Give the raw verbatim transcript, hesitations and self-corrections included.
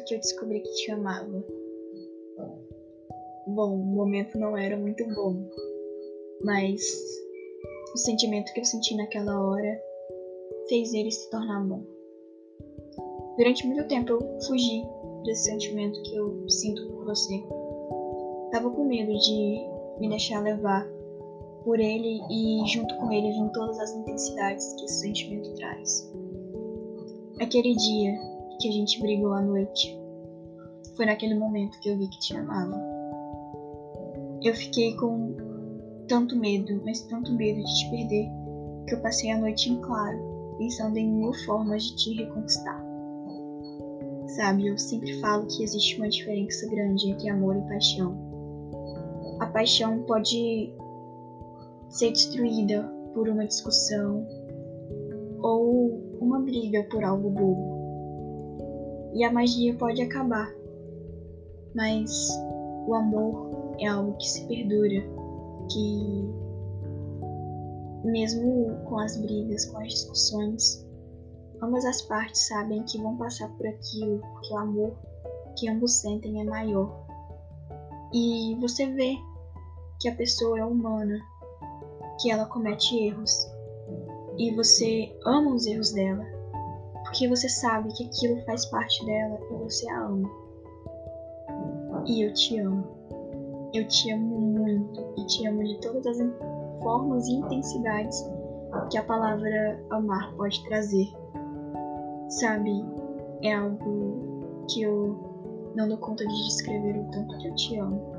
momento que eu descobri que te amava. Bom, o momento não era muito bom, mas o sentimento que eu senti naquela hora fez ele se tornar bom. Durante muito tempo eu fugi desse sentimento que eu sinto por você. Tava com medo de me deixar levar por ele e junto com ele vim todas as intensidades que esse sentimento traz. Aquele dia que a gente brigou à noite, foi naquele momento que eu vi que te amava. Eu fiquei com tanto medo, mas tanto medo de te perder, que eu passei a noite em claro, pensando em mil formas de te reconquistar. Sabe, eu sempre falo que existe uma diferença grande entre amor e paixão. A paixão pode ser destruída por uma discussão ou uma briga por algo bobo. E a magia pode acabar, mas o amor é algo que se perdura, que mesmo com as brigas, com as discussões, ambas as partes sabem que vão passar por aquilo, porque o amor que ambos sentem é maior. E você vê que a pessoa é humana, que ela comete erros, e você ama os erros dela, porque você sabe que aquilo faz parte dela e você a ama. E eu te amo. Eu te amo muito e te amo de todas as formas e intensidades que a palavra amar pode trazer. Sabe, é algo que eu não dou conta de descrever o tanto que eu te amo.